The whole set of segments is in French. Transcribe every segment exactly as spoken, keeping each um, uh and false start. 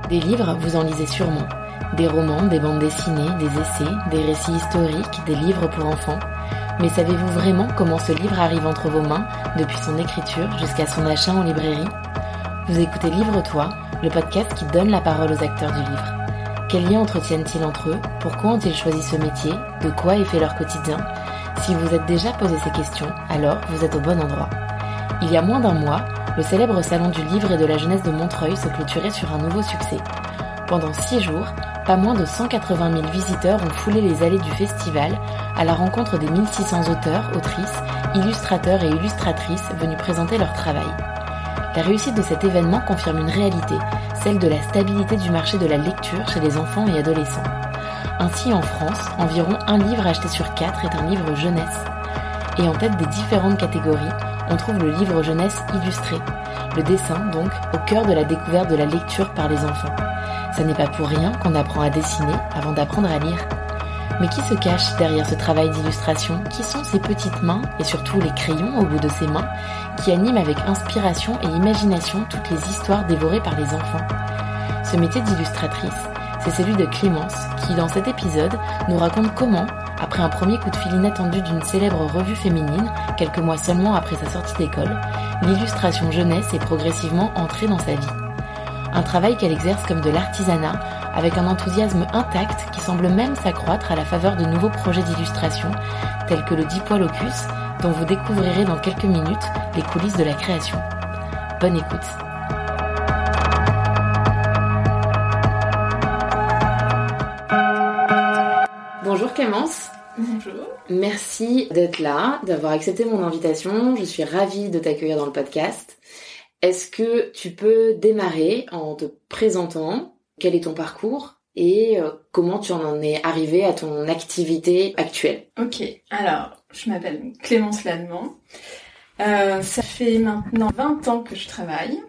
Des livres, vous en lisez sûrement. Des romans, des bandes dessinées, des essais, des récits historiques, des livres pour enfants. Mais savez-vous vraiment comment ce livre arrive entre vos mains, depuis son écriture jusqu'à son achat en librairie ? Vous écoutez Livre-toi, le podcast qui donne la parole aux acteurs du livre. Quels liens entretiennent-ils entre eux ? Pourquoi ont-ils choisi ce métier ? De quoi est fait leur quotidien ? Si vous êtes déjà posé ces questions, alors vous êtes au bon endroit. Il y a moins d'un mois, le célèbre salon du livre et de la jeunesse de Montreuil se clôturait sur un nouveau succès. Pendant six jours, pas moins de cent quatre-vingt mille visiteurs ont foulé les allées du festival à la rencontre des mille six cents auteurs, autrices, illustrateurs et illustratrices venus présenter leur travail. La réussite de cet événement confirme une réalité, celle de la stabilité du marché de la lecture chez les enfants et adolescents. Ainsi, en France, environ un livre acheté sur quatre est un livre jeunesse. Et en tête des différentes catégories, on trouve le livre jeunesse illustré, le dessin donc au cœur de la découverte de la lecture par les enfants. Ça n'est pas pour rien qu'on apprend à dessiner avant d'apprendre à lire. Mais qui se cache derrière ce travail d'illustration ? Qui sont ces petites mains, et surtout les crayons au bout de ces mains, qui animent avec inspiration et imagination toutes les histoires dévorées par les enfants ? Ce métier d'illustratrice, c'est celui de Clémence, qui dans cet épisode nous raconte comment, après un premier coup de fil inattendu d'une célèbre revue féminine, quelques mois seulement après sa sortie d'école, l'illustration jeunesse est progressivement entrée dans sa vie. Un travail qu'elle exerce comme de l'artisanat, avec un enthousiasme intact qui semble même s'accroître à la faveur de nouveaux projets d'illustration, tels que le Diplodocus, dont vous découvrirez dans quelques minutes les coulisses de la création. Bonne écoute. Bonjour Clémence. Bonjour. Merci d'être là, d'avoir accepté mon invitation. Je suis ravie de t'accueillir dans le podcast. Est-ce que tu peux démarrer en te présentant ? Quel est ton parcours et euh, comment tu en es arrivée à ton activité actuelle ? Ok, alors je m'appelle Clémence Lallemand. Euh, ça fait maintenant vingt ans que je travaille.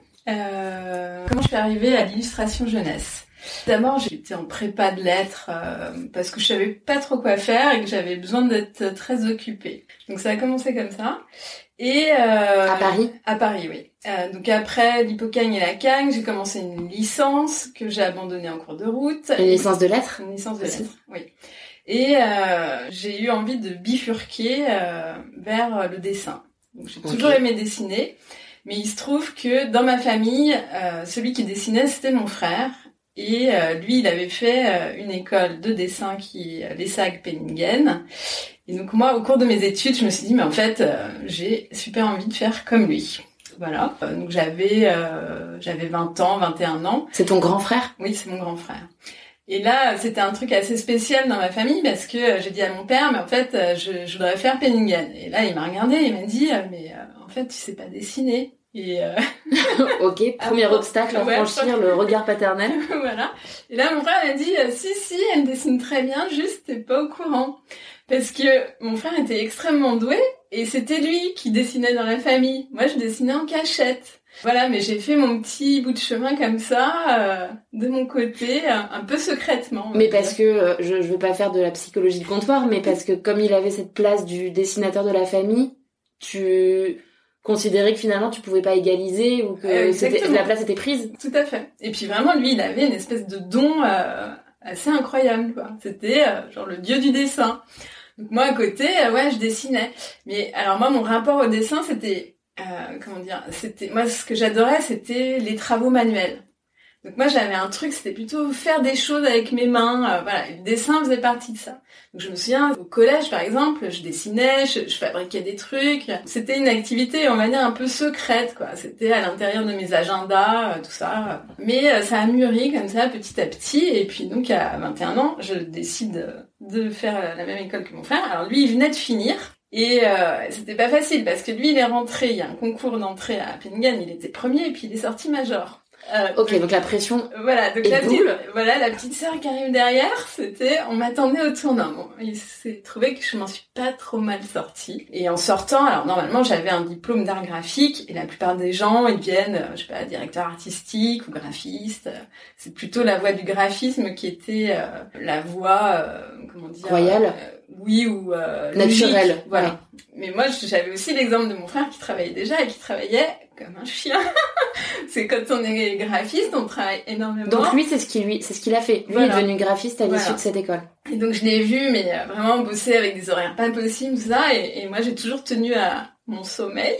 Euh, comment je suis arrivée à l'illustration jeunesse ? D'abord, j'étais en prépa de lettres euh, parce que je savais pas trop quoi faire et que j'avais besoin d'être très occupée. Donc ça a commencé comme ça. Et euh, à Paris. À Paris, oui. Euh, donc après l'Hippocagne et la Cagne, j'ai commencé une licence que j'ai abandonnée en cours de route. Une licence de lettres ? Une licence de lettres, oui. Et euh, j'ai eu envie de bifurquer euh, vers le dessin. Donc j'ai okay. toujours aimé dessiner, mais il se trouve que dans ma famille, euh, celui qui dessinait, c'était mon frère. Et euh, lui, il avait fait euh, une école de dessin qui est l'ESSAC-Penningen. Et donc moi, au cours de mes études, je me suis dit, mais en fait, euh, j'ai super envie de faire comme lui. Voilà. Euh, donc j'avais euh, j'avais vingt ans, vingt et un ans. C'est ton grand frère ? Oui, c'est mon grand frère. Et là, c'était un truc assez spécial dans ma famille parce que euh, j'ai dit à mon père, mais en fait, euh, je, je voudrais faire Penningen. Et là, il m'a regardé, il m'a dit, euh, mais euh, en fait, tu sais pas dessiner. Et euh... ok, premier Après, obstacle à ouais, franchir, le regard paternel. Voilà. Et là, mon frère m'a dit, euh, si, si, elle dessine très bien, juste t'es pas au courant. Parce que mon frère était extrêmement doué et c'était lui qui dessinait dans la famille. Moi, je dessinais en cachette. Voilà, mais j'ai fait mon petit bout de chemin comme ça, euh, de mon côté, un, un peu secrètement. Mais parce que, euh, je, je veux pas faire de la psychologie de comptoir, mais parce que comme il avait cette place du dessinateur de la famille, tu... considérer que finalement tu pouvais pas égaliser ou que euh, c'était, la place était prise. Tout à fait. Et puis vraiment lui il avait une espèce de don euh, assez incroyable quoi. C'était euh, genre le dieu du dessin. Donc moi à côté euh, ouais je dessinais. Mais alors moi mon rapport au dessin c'était euh, comment dire c'était moi ce que j'adorais c'était les travaux manuels. Donc moi j'avais un truc, c'était plutôt faire des choses avec mes mains, euh, voilà, le dessin faisait partie de ça. Donc je me souviens au collège par exemple, je dessinais, je, je fabriquais des trucs. C'était une activité on va dire un peu secrète quoi. C'était à l'intérieur de mes agendas, euh, tout ça. Mais euh, ça a mûri comme ça petit à petit et puis donc à vingt et un ans, je décide de faire la même école que mon frère. Alors lui il venait de finir. Et euh, c'était pas facile parce que lui il est rentré, il y a un concours d'entrée à Penningen, il était premier et puis il est sorti major. Euh, ok, donc, donc la pression voilà, donc est la petite, double. Voilà, la petite sœur qui arrive derrière, c'était, on m'attendait au tournant. Bon, il s'est trouvé que je m'en suis pas trop mal sortie. Et en sortant, alors normalement j'avais un diplôme d'art graphique et la plupart des gens, ils viennent, je sais pas, directeur artistique ou graphiste. C'est plutôt la voie du graphisme qui était euh, la voie, euh, comment dire, royale. Euh, oui, ou euh, naturelle. Logique, voilà. Ouais. Mais moi, j'avais aussi l'exemple de mon frère qui travaillait déjà et qui travaillait comme un chien. C'est quand on est graphiste, on travaille énormément. Donc lui, c'est ce qu'il lui, c'est ce qu'il a fait. Lui voilà. est devenu graphiste à l'issue voilà. de cette école. Et donc je l'ai vu, mais vraiment bosser avec des horaires pas possibles, tout ça. Et, et moi, j'ai toujours tenu à mon sommeil.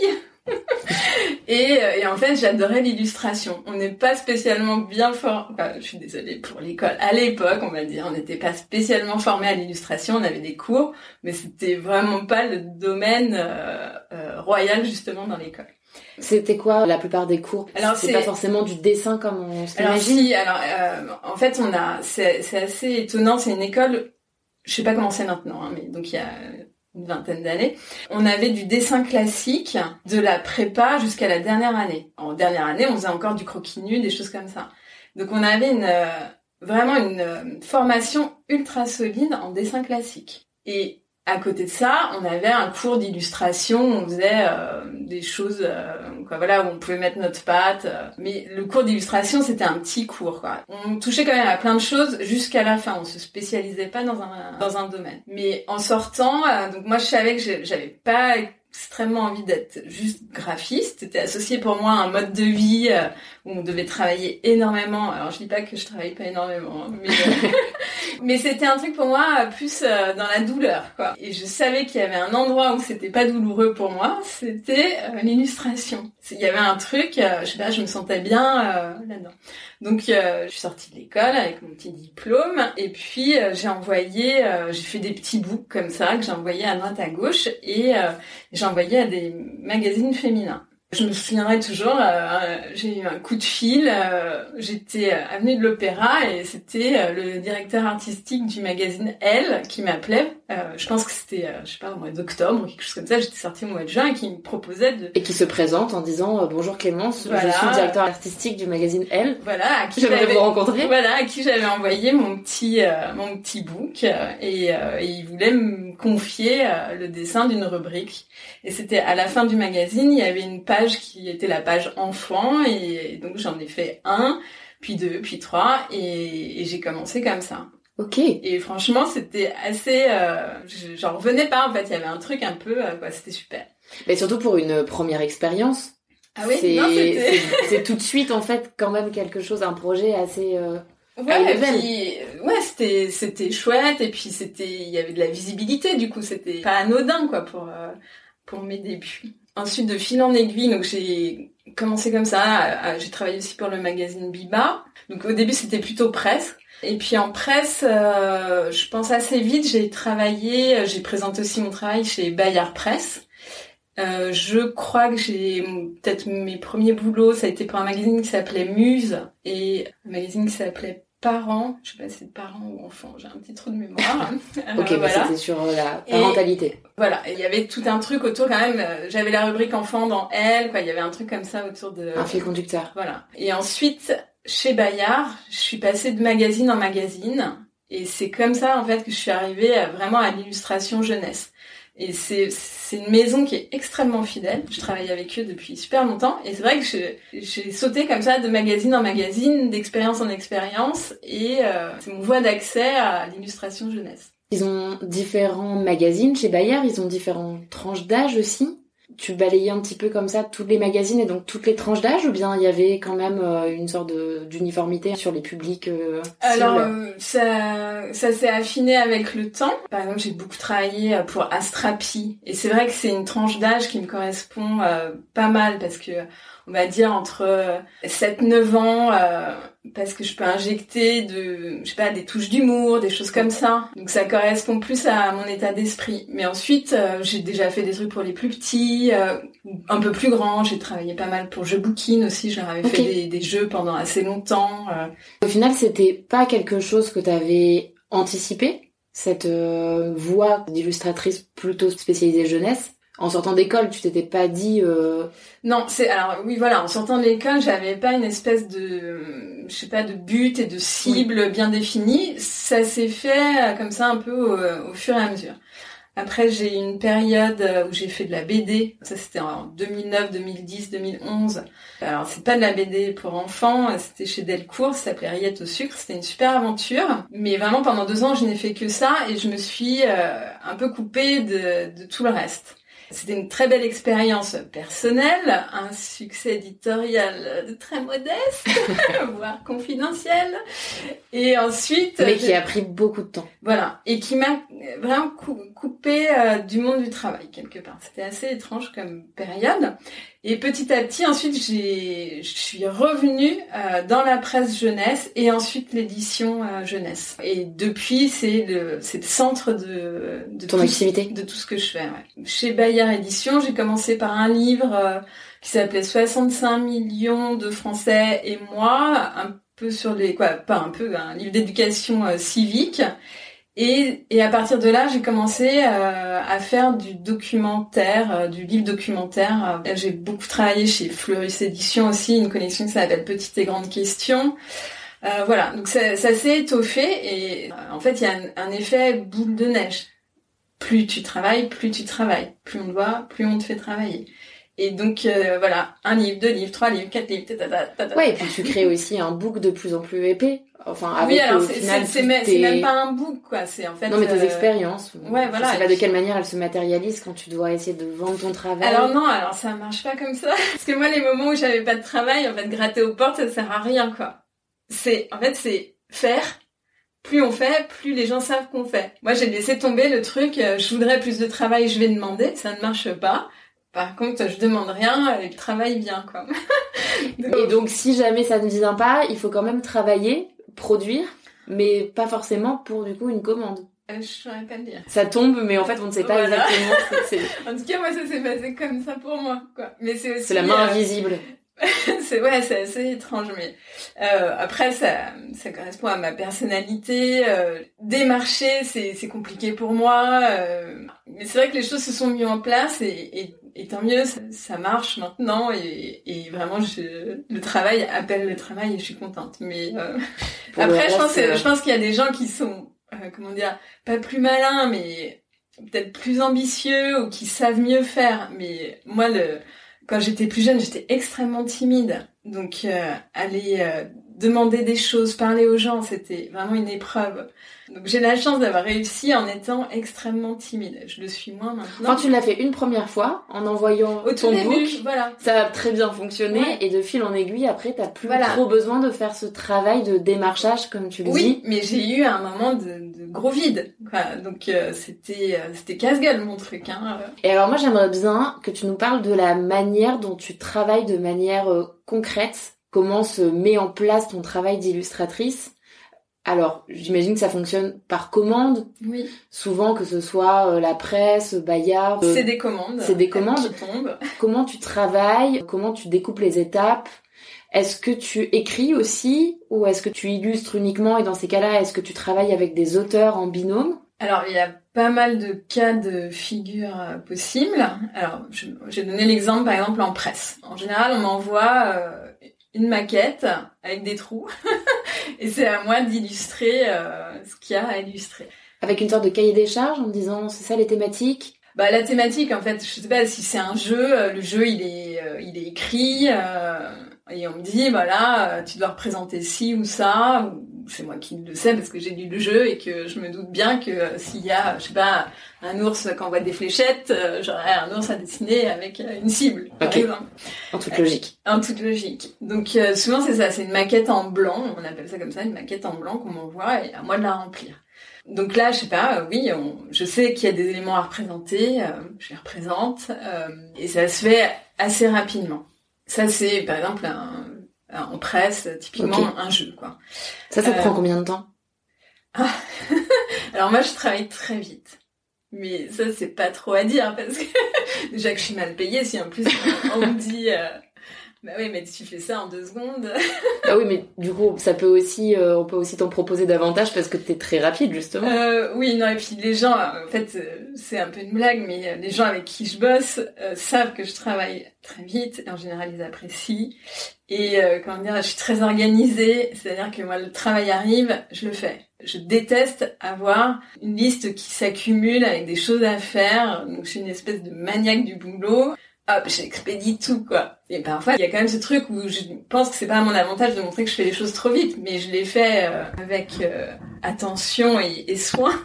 et, et en fait, j'adorais l'illustration. On n'est pas spécialement bien fort. Enfin, je suis désolée pour l'école. À l'époque, on va dire, on n'était pas spécialement formé à l'illustration. On avait des cours, mais c'était vraiment pas le domaine euh, euh, royal justement dans l'école. C'était quoi la plupart des cours? Alors c'est, c'est pas forcément du dessin comme on s'imagine. Alors si, alors euh, en fait on a, c'est, c'est assez étonnant. C'est une école, je sais pas comment c'est maintenant, hein, mais donc il y a une vingtaine d'années, on avait du dessin classique de la prépa jusqu'à la dernière année. En dernière année, on faisait encore du croquis-nu, des choses comme ça. Donc on avait une euh, vraiment une euh, formation ultra solide en dessin classique. Et à côté de ça, on avait un cours d'illustration où on faisait euh, des choses, euh, quoi, voilà, où on pouvait mettre notre patte. Euh. Mais le cours d'illustration, c'était un petit cours, quoi. On touchait quand même à plein de choses jusqu'à la fin. On se spécialisait pas dans un dans un domaine. Mais en sortant, euh, donc moi, je savais que j'avais pas extrêmement envie d'être juste graphiste. C'était associé pour moi à un mode de vie euh, où on devait travailler énormément. Alors je dis pas que je travaille pas énormément, hein, mais euh, mais c'était un truc pour moi plus euh, dans la douleur, quoi. Et je savais qu'il y avait un endroit où c'était pas douloureux pour moi, c'était euh, l'illustration. Il y avait un truc, euh, je sais pas, je me sentais bien euh, là-dedans. Donc euh, je suis sortie de l'école avec mon petit diplôme et puis euh, j'ai envoyé, euh, j'ai fait des petits bouts comme ça que j'ai envoyés à droite à gauche et euh, j'ai envoyé à des magazines féminins. Je me souviendrai toujours, euh, j'ai eu un coup de fil, euh, j'étais avenue de l'Opéra et c'était euh, le directeur artistique du magazine Elle qui m'appelait. Euh, je pense que c'était, euh, je sais pas, au mois d'octobre ou quelque chose comme ça, j'étais sortie au mois de juin et qui me proposait de... Et qui se présente en disant euh, « Bonjour Clémence, voilà. Je suis directeur artistique du magazine Elle. » Voilà, à qui j'aimerais j'avais... vous rencontrer. Voilà, à qui j'avais envoyé mon petit euh, mon petit book euh, et, euh, et il voulait me confier euh, le dessin d'une rubrique. Et c'était à la fin du magazine, il y avait une page qui était la page enfant et, et donc j'en ai fait un, puis deux, puis trois et, et j'ai commencé comme ça. Ok. Et franchement, c'était assez... Euh, j'en revenais pas, en fait. Il y avait un truc un peu... Euh, quoi, c'était super. Mais surtout pour une première expérience. Ah oui, c'est, non, c'était... c'est, c'est tout de suite, en fait, quand même quelque chose, un projet assez... Euh, ouais, et puis... Ouais, c'était, c'était chouette. Et puis, c'était... Il y avait de la visibilité, du coup. C'était pas anodin, quoi, pour, euh, pour mes débuts. Ensuite, de fil en aiguille, donc j'ai commencé comme ça. J'ai travaillé aussi pour le magazine Biba. Donc, au début, c'était plutôt presse. Et puis en presse, euh, je pense assez vite, j'ai travaillé, j'ai présenté aussi mon travail chez Bayard Presse. Euh, je crois que j'ai peut-être mes premiers boulots, ça a été pour un magazine qui s'appelait Muse et un magazine qui s'appelait Parents. Je sais pas si c'est Parents ou Enfants, j'ai un petit trou de mémoire. euh, ok, bah voilà. C'était sur la parentalité. Et, voilà, et il y avait tout un truc autour quand même. J'avais la rubrique enfants dans Elle, quoi. Il y avait un truc comme ça autour de. Un fil conducteur. Voilà. Et ensuite. Chez Bayard, je suis passée de magazine en magazine et c'est comme ça en fait que je suis arrivée à, vraiment à l'illustration jeunesse. Et c'est c'est une maison qui est extrêmement fidèle. Je travaille avec eux depuis super longtemps et c'est vrai que je, j'ai sauté comme ça de magazine en magazine, d'expérience en expérience et euh, c'est mon voie d'accès à l'illustration jeunesse. Ils ont différents magazines chez Bayard, ils ont différentes tranches d'âge aussi. Tu balayais un petit peu comme ça tous les magazines et donc toutes les tranches d'âge ou bien il y avait quand même euh, une sorte de, d'uniformité sur les publics euh, Alors euh, ça, ça s'est affiné avec le temps. Par exemple, j'ai beaucoup travaillé pour Astrapi et c'est vrai que c'est une tranche d'âge qui me correspond euh, pas mal parce que on va dire entre sept neuf ans euh, parce que je peux injecter de je sais pas des touches d'humour, des choses comme ça. Donc ça correspond plus à mon état d'esprit. Mais ensuite, euh, j'ai déjà fait des trucs pour les plus petits, euh, un peu plus grands, j'ai travaillé pas mal pour Jeux Bookin aussi, je leur avais okay. fait des, des jeux pendant assez longtemps. Euh. Au final, c'était pas quelque chose que tu avais anticipé, cette euh, voie d'illustratrice plutôt spécialisée jeunesse. En sortant d'école, tu t'étais pas dit... Euh... Non, c'est alors oui voilà, en sortant de l'école, j'avais pas une espèce de je sais pas de but et de cible oui. bien définie. Ça s'est fait comme ça un peu au, au fur et à mesure. Après, j'ai eu une période où j'ai fait de la B D. Ça, c'était en deux mille neuf, deux mille dix, deux mille onze. Alors, c'est pas de la B D pour enfants. C'était chez Delcourt. Ça s'appelait Rillettes au sucre. C'était une super aventure. Mais vraiment, pendant deux ans, je n'ai fait que ça et je me suis euh, un peu coupée de, de tout le reste. C'était une très belle expérience personnelle, un succès éditorial très modeste, voire confidentiel. Et ensuite... Mais qui a pris beaucoup de temps. Voilà. Et qui m'a vraiment coupé euh, du monde du travail, quelque part. C'était assez étrange comme période. Et petit à petit, ensuite, j'ai, je suis revenue euh, dans la presse jeunesse et ensuite l'édition euh, jeunesse. Et depuis, c'est le, c'est le centre de, de ton tout, activité, de tout ce que je fais. Ouais. Chez Bayard Édition, j'ai commencé par un livre euh, qui s'appelait soixante-cinq millions de Français et moi, un peu sur les, quoi, pas un peu, un livre d'éducation euh, civique. Et, et à partir de là, j'ai commencé euh, à faire du documentaire, euh, du livre documentaire. Euh, j'ai beaucoup travaillé chez Fleurus Éditions aussi, une collection qui s'appelle Petites et grandes questions. Euh, voilà, donc ça, ça s'est étoffé et euh, en fait, il y a un, un effet boule de neige. Plus tu travailles, plus tu travailles. Plus on te voit, plus on te fait travailler. Et donc, euh, voilà, un livre, deux livres, trois livres, quatre livres, tata, tata. Ouais, et puis tu crées aussi un book de plus en plus épais. Enfin, avec oui, alors au c'est, final, c'est, c'est, tes... même, c'est même pas un book, quoi. C'est en fait. Non, mais tes euh... expériences. Ouais, voilà. Je sais pas de quelle manière elles se matérialisent quand tu dois essayer de vendre ton travail. Alors non, alors ça marche pas comme ça. Parce que moi, les moments où j'avais pas de travail, en fait, gratter aux portes, ça sert à rien, quoi. C'est, en fait, c'est faire. Plus on fait, plus les gens savent qu'on fait. Moi, j'ai laissé tomber le truc, euh, je voudrais plus de travail, je vais demander, ça ne marche pas. Par contre, je demande rien et le travail vient, quoi. donc... Et donc, si jamais ça ne vient pas, il faut quand même travailler, produire, mais pas forcément pour, du coup, une commande. Euh, je saurais pas le dire. Ça tombe, mais en fait, on ne sait pas voilà. exactement ce que c'est. En tout cas, moi, ça s'est passé comme ça pour moi, quoi. Mais c'est aussi... C'est la main euh... invisible. c'est ouais, c'est assez étrange, mais euh, après ça, ça correspond à ma personnalité. Euh, démarcher, c'est c'est compliqué pour moi, euh, mais c'est vrai que les choses se sont mises en place et, et, et tant mieux, ça, ça marche maintenant et, et vraiment je, le travail appelle le travail et je suis contente. Mais euh, après, reste, je pense, euh... je pense qu'il y a des gens qui sont, euh, comment dire, pas plus malins, mais peut-être plus ambitieux ou qui savent mieux faire. Mais moi le Quand j'étais plus jeune, j'étais extrêmement timide. Donc, euh, aller euh, demander des choses, parler aux gens, c'était vraiment une épreuve. Donc, j'ai la chance d'avoir réussi en étant extrêmement timide. Je le suis moins maintenant. Quand tu l'as fait une première fois, en envoyant Au ton tout début, book, voilà. Ça a très bien fonctionné. Ouais. Et de fil en aiguille, après, t'as plus voilà. trop besoin de faire ce travail de démarchage, comme tu le oui, dis. Oui, mais j'ai eu un moment de, de gros vide. Quoi. Donc, euh, c'était, euh, c'était casse-gueule, mon truc. Hein. Et alors, moi, j'aimerais bien que tu nous parles de la manière dont tu travailles de manière euh, concrète. Comment se met en place ton travail d'illustratrice? Alors, j'imagine que ça fonctionne par commande. Oui. Souvent, que ce soit euh, la presse, Bayard. Euh, c'est des commandes. C'est des commandes. Qui tombent. Comment tu travailles? Comment tu découpes les étapes? Est-ce que tu écris aussi? Ou est-ce que tu illustres uniquement? Et dans ces cas-là, est-ce que tu travailles avec des auteurs en binôme? Alors, il y a pas mal de cas de figure euh, possibles. Alors, je, j'ai donné l'exemple, par exemple, en presse. En général, on m'envoie... Euh, une maquette avec des trous et c'est à moi d'illustrer euh, ce qu'il y a à illustrer. Avec une sorte de cahier des charges en me disant c'est ça les thématiques? Bah la thématique en fait, je sais pas si c'est un jeu, le jeu il est euh, il est écrit euh, et on me dit voilà, tu dois représenter ci ou ça, ou c'est moi qui le sais parce que j'ai lu le jeu et que je me doute bien que euh, s'il y a, je sais pas, un ours qui envoie des fléchettes, euh, j'aurais un ours à dessiner avec euh, une cible, par okay. exemple. En toute logique. Euh, en toute logique. Donc euh, souvent c'est ça, c'est une maquette en blanc, on appelle ça comme ça, une maquette en blanc qu'on m'envoie et à moi de la remplir. Donc là, je sais pas, euh, oui, on, je sais qu'il y a des éléments à représenter, euh, je les représente, euh, et ça se fait assez rapidement. Ça c'est par exemple un en presse, typiquement okay. un jeu, quoi. Ça, ça te euh... prend combien de temps? Ah. Alors moi, je travaille très vite. Mais ça, c'est pas trop à dire, parce que déjà que je suis mal payée, si en plus on me dit... Euh... Bah oui, mais tu fais ça en deux secondes. Ah oui, mais du coup, ça peut aussi, euh, on peut aussi t'en proposer davantage parce que t'es très rapide, justement. Euh, oui, non, et puis les gens, en fait, euh, c'est un peu une blague, mais les gens avec qui je bosse euh, savent que je travaille très vite, et en général, ils apprécient. Et euh, comment dire, je suis très organisée, c'est-à-dire que moi, le travail arrive, je le fais. Je déteste avoir une liste qui s'accumule avec des choses à faire, donc je suis une espèce de maniaque du boulot. Hop, j'expédie tout, quoi. Et parfois, il y a quand même ce truc où je pense que c'est pas à mon avantage de montrer que je fais les choses trop vite, mais je les fais euh, avec euh, attention et, et soin.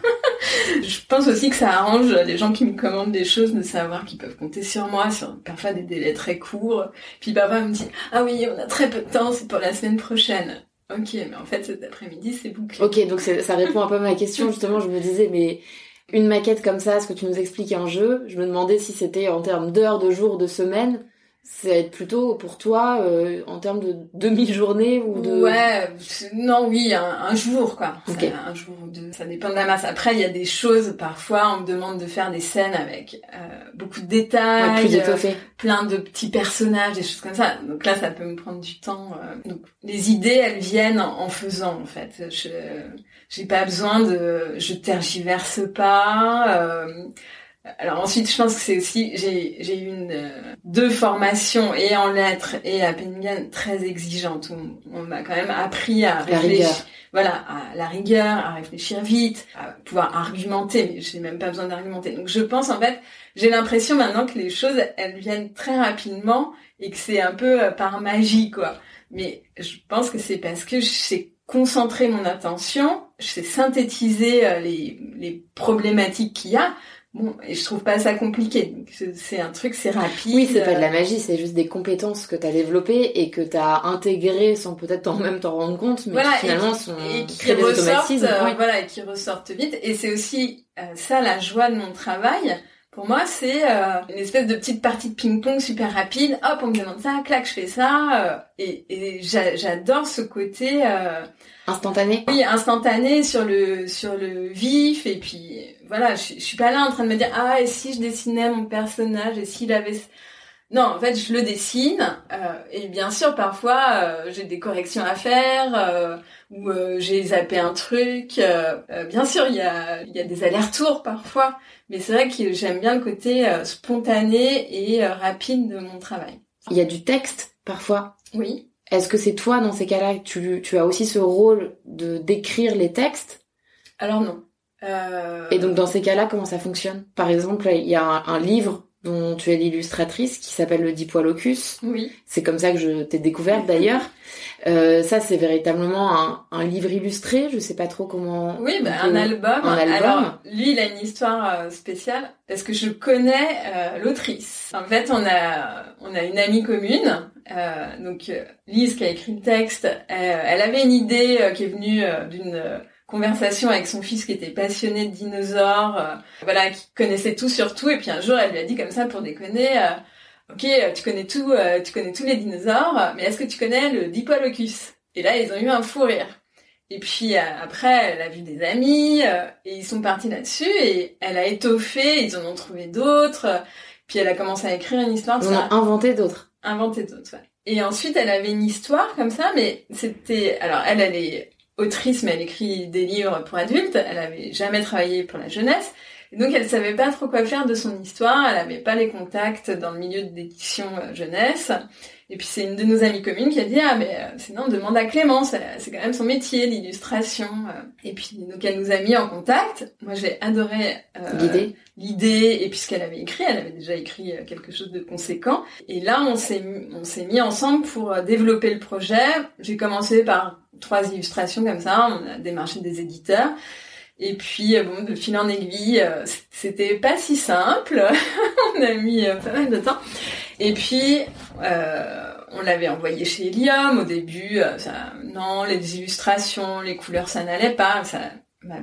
Je pense aussi que ça arrange les gens qui me commandent des choses de savoir qu'ils peuvent compter sur moi, sur parfois des délais très courts. Puis papa me dit « Ah oui, on a très peu de temps, c'est pour la semaine prochaine. » Ok, mais en fait cet après-midi c'est bouclé. Ok, donc c'est, ça répond un peu à ma question. Justement, je me disais, mais une maquette comme ça, ce que tu nous expliques un jeu, je me demandais si c'était en termes d'heures, de jours, de semaines. C'est plutôt pour toi euh, en termes de demi-journée ou de... Ouais, non, oui, un, un jour, quoi. Okay. Ça, un jour ou deux, ça dépend de la masse. Après, il y a des choses, parfois, on me demande de faire des scènes avec euh, beaucoup de détails, ouais, plus étoffé. euh, plein de petits personnages, des choses comme ça. Donc là, ça peut me prendre du temps. Euh. Donc, les idées, elles viennent en, en faisant, en fait. Je j'ai pas besoin de... Je tergiverse pas... Euh, Alors ensuite, je pense que c'est aussi j'ai j'ai eu une euh, deux formations et en lettres et à Penningham très exigeantes. On, on m'a quand même appris à réfléchir, voilà, à la rigueur, à réfléchir vite, à pouvoir argumenter, mais j'ai même pas besoin d'argumenter. Donc je pense en fait, j'ai l'impression maintenant que les choses elles viennent très rapidement et que c'est un peu euh, par magie quoi. Mais je pense que c'est parce que je sais concentrer mon attention, je sais synthétiser euh, les les problématiques qu'il y a. Bon, et je trouve pas ça compliqué. Donc, c'est un truc, c'est rapide. Oui, c'est pas de la magie, c'est juste des compétences que t'as développées et que t'as intégrées sans peut-être même t'en rendre compte, mais voilà, qui finalement et qui, sont et qui très des automatismes. Euh, oui. Voilà, et qui ressortent vite. Et c'est aussi euh, ça la joie de mon travail. Pour moi, c'est euh, une espèce de petite partie de ping-pong super rapide. Hop, on me demande ça, clac, je fais ça. Euh, et et j'a, j'adore ce côté... Euh, instantané. Oui, instantané sur le sur le vif. Et puis, voilà, je, je suis pas là en train de me dire « Ah, et si je dessinais mon personnage, et s'il avait... » Non, en fait, je le dessine. Euh, et bien sûr, parfois, euh, j'ai des corrections à faire, euh, ou euh, j'ai zappé un truc. Euh, euh, bien sûr, il y a, il y a des allers-retours parfois. Mais c'est vrai que j'aime bien le côté euh, spontané et euh, rapide de mon travail. Il y a du texte, parfois. Oui. Est-ce que c'est toi, dans ces cas-là, tu, tu as aussi ce rôle de d'écrire les textes ? Alors non. Euh... Et donc, dans ces cas-là, comment ça fonctionne ? Par exemple, il y a un, un livre dont tu es l'illustratrice qui s'appelle Le Diplodocus. Oui. C'est comme ça que je t'ai découverte, d'ailleurs. Euh, ça, c'est véritablement un, un livre illustré. Je sais pas trop comment... Oui, bah, peut... un album. Un album. Alors, lui, il a une histoire euh, spéciale parce que je connais euh, l'autrice. En fait, on a on a une amie commune. Euh, donc, euh, Lise qui a écrit le texte, euh, elle avait une idée euh, qui est venue euh, d'une euh, conversation avec son fils qui était passionné de dinosaures, euh, voilà, qui connaissait tout sur tout. Et puis un jour, elle lui a dit comme ça pour déconner... Euh, Ok, tu connais tout, euh, tu connais tous les dinosaures, mais est-ce que tu connais le Diplodocus ? Et là, ils ont eu un fou rire. Et puis euh, après, elle a vu des amis, euh, et ils sont partis là-dessus, et elle a étoffé, ils en ont trouvé d'autres, euh, puis elle a commencé à écrire une histoire. On a inventé d'autres. Inventé d'autres, ouais. Et ensuite, elle avait une histoire comme ça, mais c'était... Alors, elle, elle est autrice, mais elle écrit des livres pour adultes, elle avait jamais travaillé pour la jeunesse, et donc elle savait pas trop quoi faire de son histoire, elle avait pas les contacts dans le milieu de l'édition euh, jeunesse. Et puis c'est une de nos amies communes qui a dit « Ah, mais euh, sinon, demande à Clément, c'est, c'est quand même son métier, l'illustration. » Et puis, donc elle nous a mis en contact. Moi, j'ai adoré euh, l'idée. l'idée et puis ce qu'elle avait écrit. Elle avait déjà écrit quelque chose de conséquent. Et là, on s'est, on s'est mis ensemble pour développer le projet. J'ai commencé par trois illustrations comme ça. On a démarché des éditeurs. Et puis, bon, de fil en aiguille, c'était pas si simple. On a mis pas mal de temps. Et puis, euh, on l'avait envoyé chez Helium. Au début, ça, non, les illustrations, les couleurs, ça n'allait pas. Ça m'a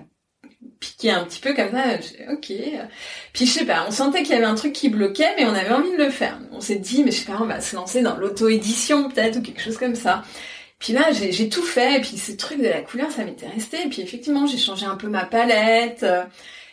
piqué un petit peu comme ça. J'ai, ok. Puis, je sais pas, on sentait qu'il y avait un truc qui bloquait, mais on avait envie de le faire. On s'est dit, mais je sais pas, on va se lancer dans l'auto-édition peut-être, ou quelque chose comme ça. Puis là, j'ai, j'ai tout fait, et puis ce truc de la couleur, ça m'était resté, et puis effectivement, j'ai changé un peu ma palette, euh,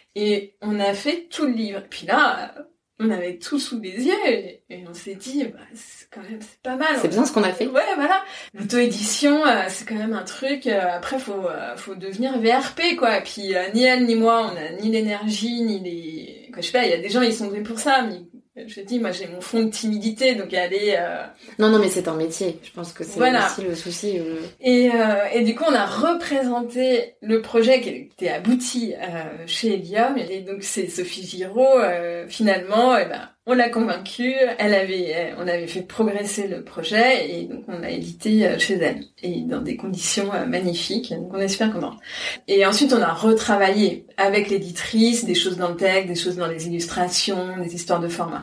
et on a fait tout le livre. Et puis là, on avait tout sous les yeux, et, et on s'est dit, bah, c'est quand même, c'est pas mal. C'est bien ce qu'on a fait. Ouais, voilà. L'auto-édition, euh, c'est quand même un truc, euh, après, faut, euh, faut devenir V R P, quoi. Et puis, euh, ni elle, ni moi, on a ni l'énergie, ni les, quoi, je sais pas, il y a des gens, ils sont doués pour ça, mais je te dis, moi j'ai mon fond de timidité, donc aller... Euh... Non, non, mais c'est un métier. Je pense que c'est voilà. aussi le souci. Euh... Et, euh, et du coup, on a représenté le projet qui était abouti euh, chez Helium. Et donc, c'est Sophie Giraud, euh, finalement, et ben, On l'a convaincue, elle avait, on avait fait progresser le projet et donc on l'a édité chez elle et dans des conditions magnifiques. Donc on est super contents. Et ensuite on a retravaillé avec l'éditrice des choses dans le texte, des choses dans les illustrations, des histoires de format.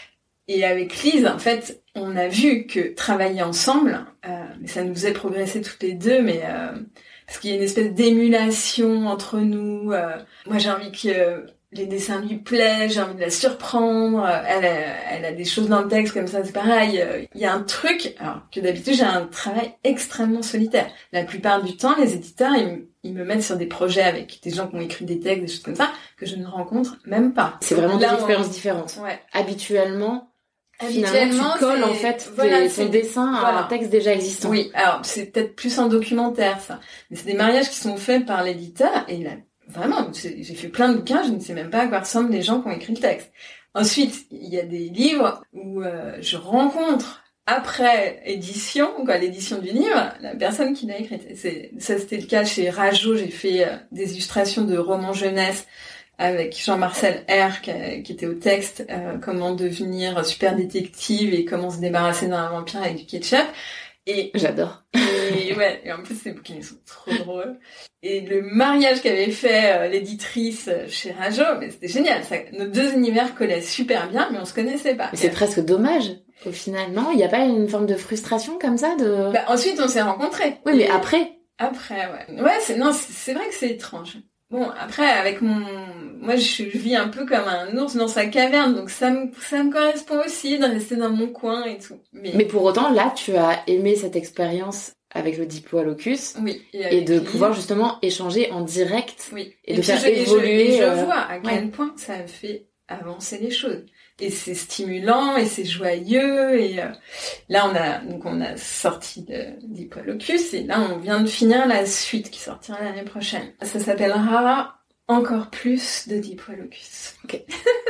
Et avec Lise, en fait, on a vu que travailler ensemble, euh, ça nous faisait progresser toutes les deux, mais euh, parce qu'il y a une espèce d'émulation entre nous. Euh, moi j'ai envie que euh, les dessins lui plaisent, j'ai envie de la surprendre, elle a, elle a des choses dans le texte comme ça, c'est pareil. Il y a un truc, alors que d'habitude j'ai un travail extrêmement solitaire. La plupart du temps, les éditeurs, ils, ils me mettent sur des projets avec des gens qui ont écrit des textes, des choses comme ça, que je ne rencontre même pas. C'est vraiment Là, des expériences on... différentes. Ouais. Habituellement, Habituellement, finalement, tu colles c'est... en fait voilà, tes, c'est... ton dessin voilà. à un texte déjà existant. Oui, alors c'est peut-être plus un documentaire ça, mais c'est des mariages qui sont faits par l'éditeur et il a vraiment, j'ai fait plein de bouquins, je ne sais même pas à quoi ressemblent les gens qui ont écrit le texte. Ensuite, il y a des livres où euh, je rencontre, après édition, quoi, l'édition du livre, la personne qui l'a écrit. C'est, ça, c'était le cas chez Rajo, j'ai fait euh, des illustrations de romans jeunesse avec Jean-Marcel R, qui, qui était au texte, euh, comment devenir super détective et comment se débarrasser d'un vampire avec du ketchup. Et j'adore. Et ouais, et en plus ces bouquins ils sont trop drôles. Et le mariage qu'avait fait euh, l'éditrice chez Rajo, mais c'était génial. Ça, nos deux univers collaient super bien, mais on se connaissait pas. Mais c'est presque dommage au final, non ? Il y a pas une forme de frustration comme ça de. Bah ensuite on s'est rencontrés. Oui, mais après. Après, ouais. Ouais, c'est non, c'est, c'est vrai que c'est étrange. Bon, après, avec mon... Moi, je, je vis un peu comme un ours dans sa caverne, donc ça me, ça me correspond aussi de rester dans mon coin et tout. Mais, Mais pour autant, là, tu as aimé cette expérience avec le Diplodocus. Oui. Et, et de lui. pouvoir justement échanger en direct. Oui. Et, et de faire je, évoluer. Et je, et je euh... vois à quel ouais. point ça a fait avancer les choses. Et c'est stimulant, et c'est joyeux, et euh, là on a donc on a sorti de Diplodocus, et là on vient de finir la suite qui sortira l'année prochaine. Ça s'appellera Encore plus de Diplodocus. Ok.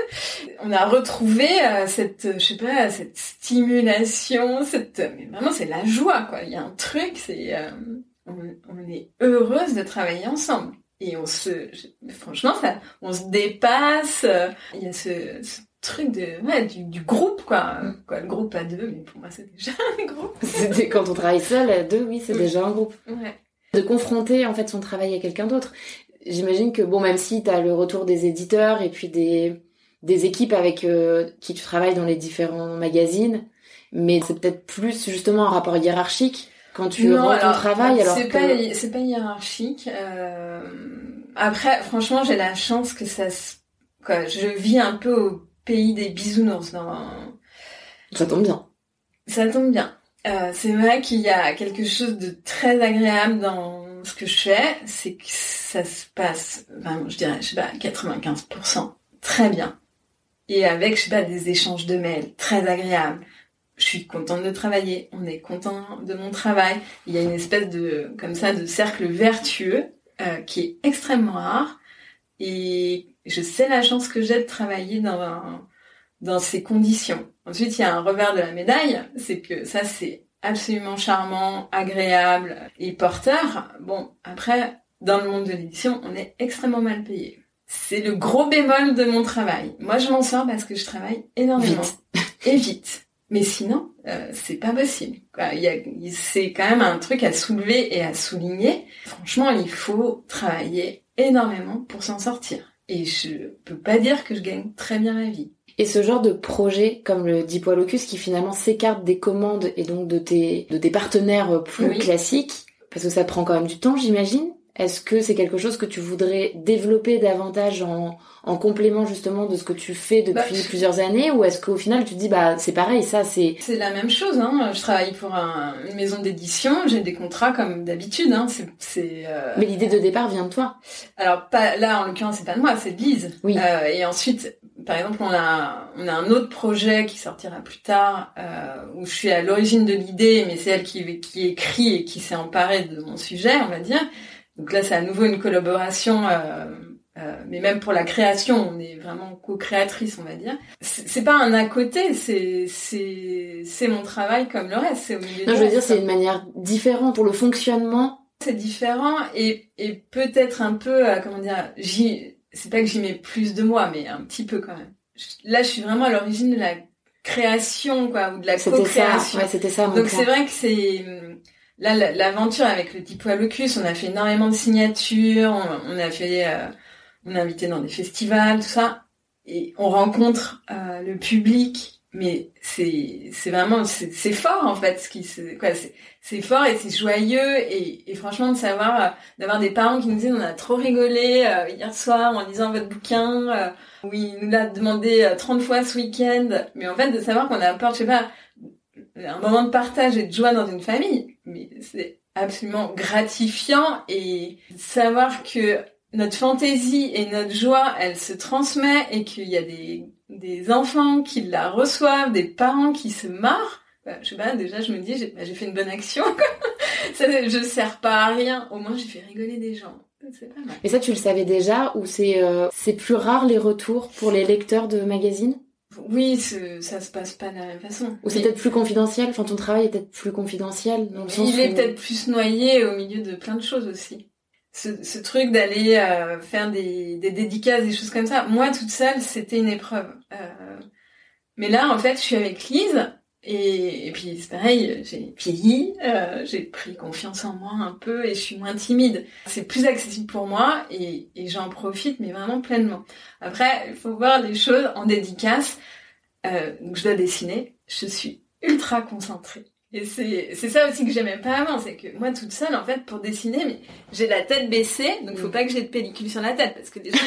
On a retrouvé euh, cette, je sais pas, cette stimulation, cette, mais vraiment c'est la joie quoi. Il y a un truc, c'est, euh, on, on est heureuse de travailler ensemble. Et on se, franchement, ça, on se dépasse. Euh, il y a ce, ce truc de, ouais, du, du groupe, quoi. quoi. Le groupe à deux, mais pour moi, c'est déjà un groupe. C'était, quand on travaille seul, à deux, oui, c'est oui. déjà un groupe. Ouais. De confronter, en fait, son travail à quelqu'un d'autre. J'imagine que, bon, même si t'as le retour des éditeurs et puis des, des équipes avec euh, qui tu travailles dans les différents magazines, mais c'est peut-être plus, justement, un rapport hiérarchique quand tu non, rends alors, ton travail, alors c'est que... pas c'est pas hiérarchique. Euh... Après, franchement, j'ai la chance que ça, quoi, je vis un peu au pays des bisounours. Dans... Ça tombe bien. Ça tombe bien. Euh, c'est vrai qu'il y a quelque chose de très agréable dans ce que je fais, c'est que ça se passe, ben, je dirais, je sais pas, quatre-vingt-quinze pour cent très bien. Et avec, je sais pas, des échanges de mails très agréables. Je suis contente de travailler, on est content de mon travail. Il y a une espèce de, comme ça, de cercle vertueux euh, qui est extrêmement rare. Et je sais la chance que j'ai de travailler dans un, dans ces conditions. Ensuite, il y a un revers de la médaille, c'est que ça, c'est absolument charmant, agréable et porteur. Bon, après, dans le monde de l'édition, on est extrêmement mal payé. C'est le gros bémol de mon travail. Moi, je m'en sors parce que je travaille énormément. Vite. Et vite. Mais sinon, euh, c'est pas possible. Quoi. Il y a, c'est quand même un truc à soulever et à souligner. Franchement, il faut travailler énormément pour s'en sortir. Et je peux pas dire que je gagne très bien ma vie. Et ce genre de projet comme le Diplodocus qui finalement s'écarte des commandes et donc de tes, de tes partenaires plus oui. classiques, parce que ça prend quand même du temps, j'imagine. Est-ce que c'est quelque chose que tu voudrais développer davantage en, en complément justement de ce que tu fais depuis bah, plusieurs années, ou est-ce qu'au final tu te dis bah c'est pareil, ça c'est... C'est la même chose, hein. Je travaille pour un, une maison d'édition, j'ai des contrats comme d'habitude, hein. C'est, c'est, euh... Mais l'idée de départ vient de toi. Alors pas, là en l'occurrence c'est pas de moi, c'est de Lise. Oui. Euh, et ensuite, par exemple, on a, on a un autre projet qui sortira plus tard, euh, où je suis à l'origine de l'idée, mais c'est elle qui, qui écrit et qui s'est emparée de mon sujet, on va dire. Donc là, c'est à nouveau une collaboration, euh, euh, mais même pour la création, on est vraiment co-créatrice, on va dire. C'est, c'est pas un à côté, c'est c'est c'est mon travail comme le reste. C'est au milieu. Non, je veux dire, c'est une manière différente pour le fonctionnement. C'est différent et et peut-être un peu, euh, comment dire, j'y, c'est pas que j'y mets plus de moi, mais un petit peu quand même. là, je suis vraiment à l'origine de la création, quoi, ou de la c'était co-création. Ça, ouais, c'était ça. Mon Donc plan. c'est vrai que c'est là l'aventure avec le Diplocus, on a fait énormément de signatures, on, on a fait, euh, on a invité dans des festivals, tout ça, et on rencontre euh, le public. Mais c'est c'est vraiment c'est, c'est fort en fait, ce qui c'est quoi, c'est c'est fort et c'est joyeux et, et franchement de savoir euh, d'avoir des parents qui nous disent on a trop rigolé euh, hier soir en lisant votre bouquin, euh, où il nous l'a demandé euh, trente fois ce week-end, mais en fait de savoir qu'on apporte je sais pas un moment de partage et de joie dans une famille, mais c'est absolument gratifiant et de savoir que notre fantaisie et notre joie, elle se transmet et qu'il y a des des enfants qui la reçoivent, des parents qui se marrent. Bah, je sais pas, déjà je me dis j'ai, bah, j'ai fait une bonne action. Ça, je sers pas à rien. Au moins j'ai fait rigoler des gens. C'est pas mal. Et ça tu le savais déjà ou c'est euh, c'est plus rare les retours pour les lecteurs de magazines? Oui, ça se passe pas de la même façon. Ou c'est Mais... peut-être plus confidentiel. Enfin ton travail est peut-être plus confidentiel dans le sens il est où... peut-être plus noyé au milieu de plein de choses aussi. Ce, ce truc d'aller euh, faire des, des dédicaces, des choses comme ça, moi toute seule, c'était une épreuve. Euh, mais là, en fait, je suis avec Lise, et, et puis c'est pareil, j'ai vieilli, euh, j'ai pris confiance en moi un peu, et je suis moins timide. C'est plus accessible pour moi, et, et j'en profite, mais vraiment pleinement. Après, il faut voir les choses en dédicace. Euh, donc je dois dessiner, je suis ultra concentrée. Et c'est c'est ça aussi que j'aimais pas avant, c'est que moi toute seule en fait pour dessiner, mais j'ai la tête baissée, donc faut pas que j'ai de pellicule sur la tête parce que déjà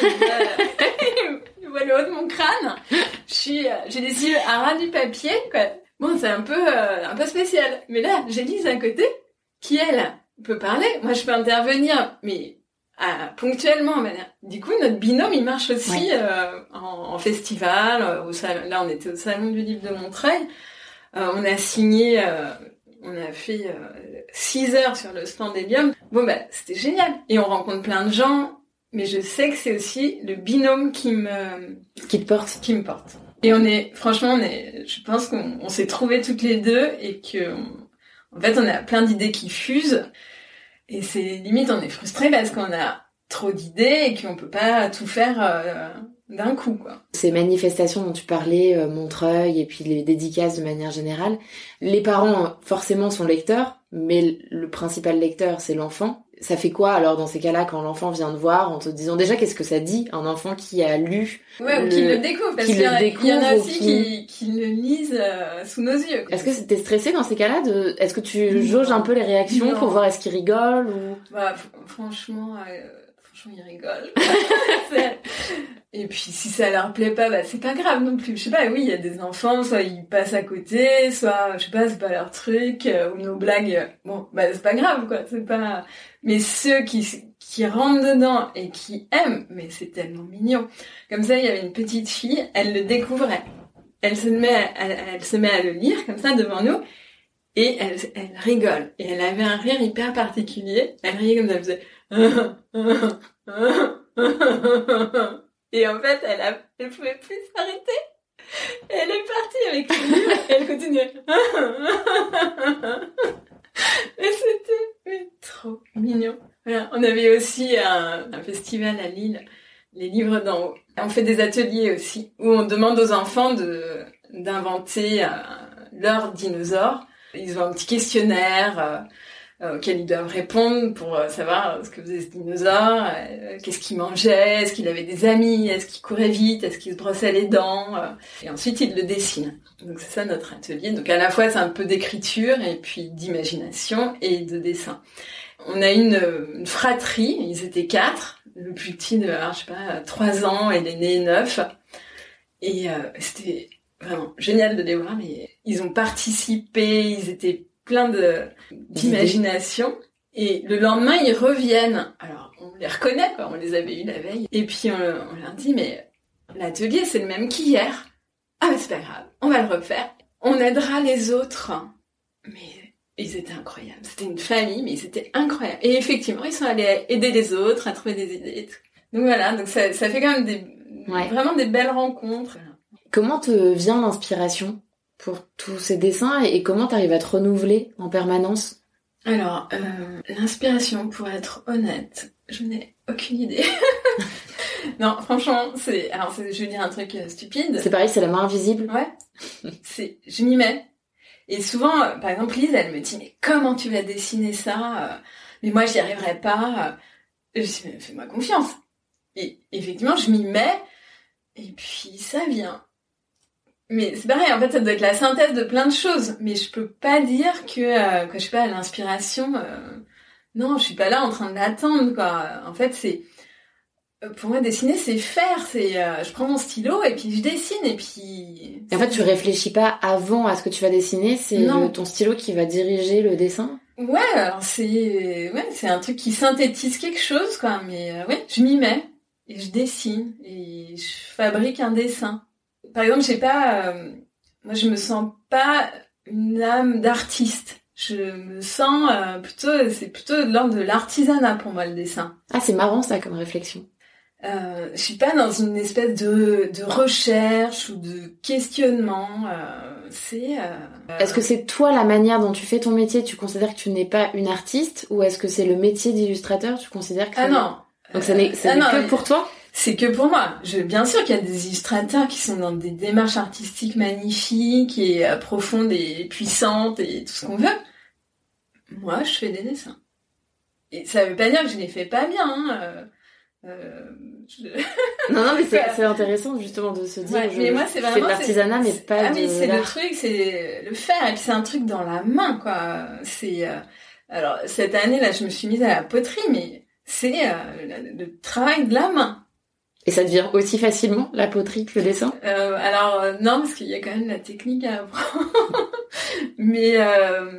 je vois le haut de mon crâne. Je suis j'ai les yeux à ras du papier quoi. Bon, c'est un peu euh, un peu spécial. Mais là, j'ai Lise à côté qui elle peut parler, moi je peux intervenir mais ah, ponctuellement. Ben, du coup, notre binôme il marche aussi ouais. euh, en, en festival, euh, au salon, là on était au salon du livre de Montreuil. Euh, on a signé, euh, on a fait euh, six heures sur le stand d'Hélium. Bon bah c'était génial. Et on rencontre plein de gens, mais je sais que c'est aussi le binôme qui me qui te porte, qui me porte. Et on est, franchement, on est, je pense qu'on on s'est trouvés toutes les deux et que, on, en fait, on a plein d'idées qui fusent. Et c'est limite, on est frustrés parce qu'on a trop d'idées et qu'on peut pas tout faire. Euh, d'un coup, quoi. Ces manifestations dont tu parlais, euh, Montreuil, et puis les dédicaces de manière générale, les parents, forcément, sont lecteurs, mais le principal lecteur, c'est l'enfant. Ça fait quoi, alors, dans ces cas-là, quand l'enfant vient te voir, en te disant déjà qu'est-ce que ça dit, un enfant qui a lu... Ouais, le... ou qui le découvre, parce qu'il y, y en a aussi qui... qui le lisent euh, sous nos yeux. Est-ce que t'es stressé dans ces cas-là de... Est-ce que tu jauges un peu les réactions non. pour voir est-ce qu'ils rigolent ou... Bah, f- franchement... Euh... Franchement, ils rigolent. Et puis, si ça leur plaît pas, bah, c'est pas grave non plus. Je sais pas, oui, il y a des enfants, soit ils passent à côté, soit, je sais pas, c'est pas leur truc, euh, ou nos blagues, bon, bah, c'est pas grave, quoi, c'est pas... Mais ceux qui, qui rentrent dedans et qui aiment, mais c'est tellement mignon. Comme ça, il y avait une petite fille, elle le découvrait. Elle se met à, elle, elle se met à le lire, comme ça, devant nous, et elle, elle rigole. Et elle avait un rire hyper particulier. Elle riait comme ça, elle faisait... Et en fait, elle a, elle pouvait plus s'arrêter. Et elle est partie avec le livre et elle continuait. Et c'était mais, trop mignon. Voilà. On avait aussi un, un festival à Lille, les livres d'en haut. On fait des ateliers aussi où on demande aux enfants de d'inventer euh, leur dinosaure. Ils ont un petit questionnaire. Euh, Euh, auxquels ils doivent répondre pour euh, savoir ce que faisait ce dinosaure, euh, qu'est-ce qu'il mangeait, est-ce qu'il avait des amis, est-ce qu'il courait vite, est-ce qu'il se brossait les dents, euh, et ensuite ils le dessinent. Donc c'est ça notre atelier. Donc à la fois c'est un peu d'écriture et puis d'imagination et de dessin. On a une, une fratrie, ils étaient quatre, le plus petit de, alors, je sais pas, trois ans et l'aîné neuf, et euh, c'était vraiment génial de les voir. Mais ils ont participé, ils étaient plein de d'imagination et le lendemain ils reviennent. Alors on les reconnaît quoi, on les avait eu la veille et puis on, on leur dit mais l'atelier c'est le même qu'hier. Ah mais c'est pas grave, on va le refaire. On aidera les autres. Mais ils étaient incroyables. C'était une famille mais ils étaient incroyables. Et effectivement ils sont allés aider les autres à trouver des idées et tout. Donc voilà, donc ça, ça fait quand même des ouais. vraiment des belles rencontres. Comment te vient l'inspiration pour tous ces dessins et comment t'arrives à te renouveler en permanence? Alors, euh, l'inspiration, pour être honnête, je n'ai aucune idée. Non, franchement, c'est... Alors, c'est... je vais dire un truc stupide. C'est pareil, c'est la main invisible. Ouais. c'est... Je m'y mets. Et souvent, euh, par exemple, Lise, elle me dit, mais comment tu vas dessiner ça? Mais moi, j'y arriverai pas. Je dis, mais fais-moi confiance. Et effectivement, je m'y mets, et puis ça vient. Mais c'est pareil, en fait, ça doit être la synthèse de plein de choses. Mais je peux pas dire que, euh, que je sais pas, l'inspiration... Euh... Non, je suis pas là en train de l'attendre, quoi. En fait, c'est... Pour moi, dessiner, c'est faire. C'est, euh, je prends mon stylo et puis je dessine et puis... Et en fait, tu réfléchis pas avant à ce que tu vas dessiner, c'est le, ton stylo qui va diriger le dessin? Ouais, alors c'est... Ouais, c'est un truc qui synthétise quelque chose, quoi. Mais euh, ouais, je m'y mets et je dessine et je fabrique un dessin. Par exemple, je sais pas... Euh, moi, je me sens pas une âme d'artiste. Je me sens euh, plutôt... C'est plutôt de l'ordre de l'artisanat pour moi, le dessin. Ah, c'est marrant, ça, comme réflexion. Euh, je suis pas dans une espèce de, de recherche ou de questionnement. Euh, c'est. Euh, est-ce que c'est toi la manière dont tu fais ton métier? Tu considères que tu n'es pas une artiste, ou est-ce que c'est le métier d'illustrateur? Tu considères que ah non. Donc ça n'est, ça ah n'est non, que pour toi? C'est que pour moi. Je, bien sûr qu'il y a des illustrateurs qui sont dans des démarches artistiques magnifiques et euh, profondes et puissantes et tout ce qu'on veut. Moi, je fais des dessins. Et ça veut pas dire que je les fais pas bien. Hein. Euh, Euh, je... non non mais c'est, c'est intéressant justement de se dire ouais, je, mais moi, c'est je fais de l'artisanat mais pas ah de oui c'est l'art. Le truc, c'est le faire, et puis c'est un truc dans la main, quoi. C'est euh... alors cette année là je me suis mise à la poterie, mais c'est euh, le, le travail de la main. Et ça devient aussi facilement la poterie que le dessin? euh, alors euh, non, parce qu'il y a quand même la technique à apprendre. mais euh...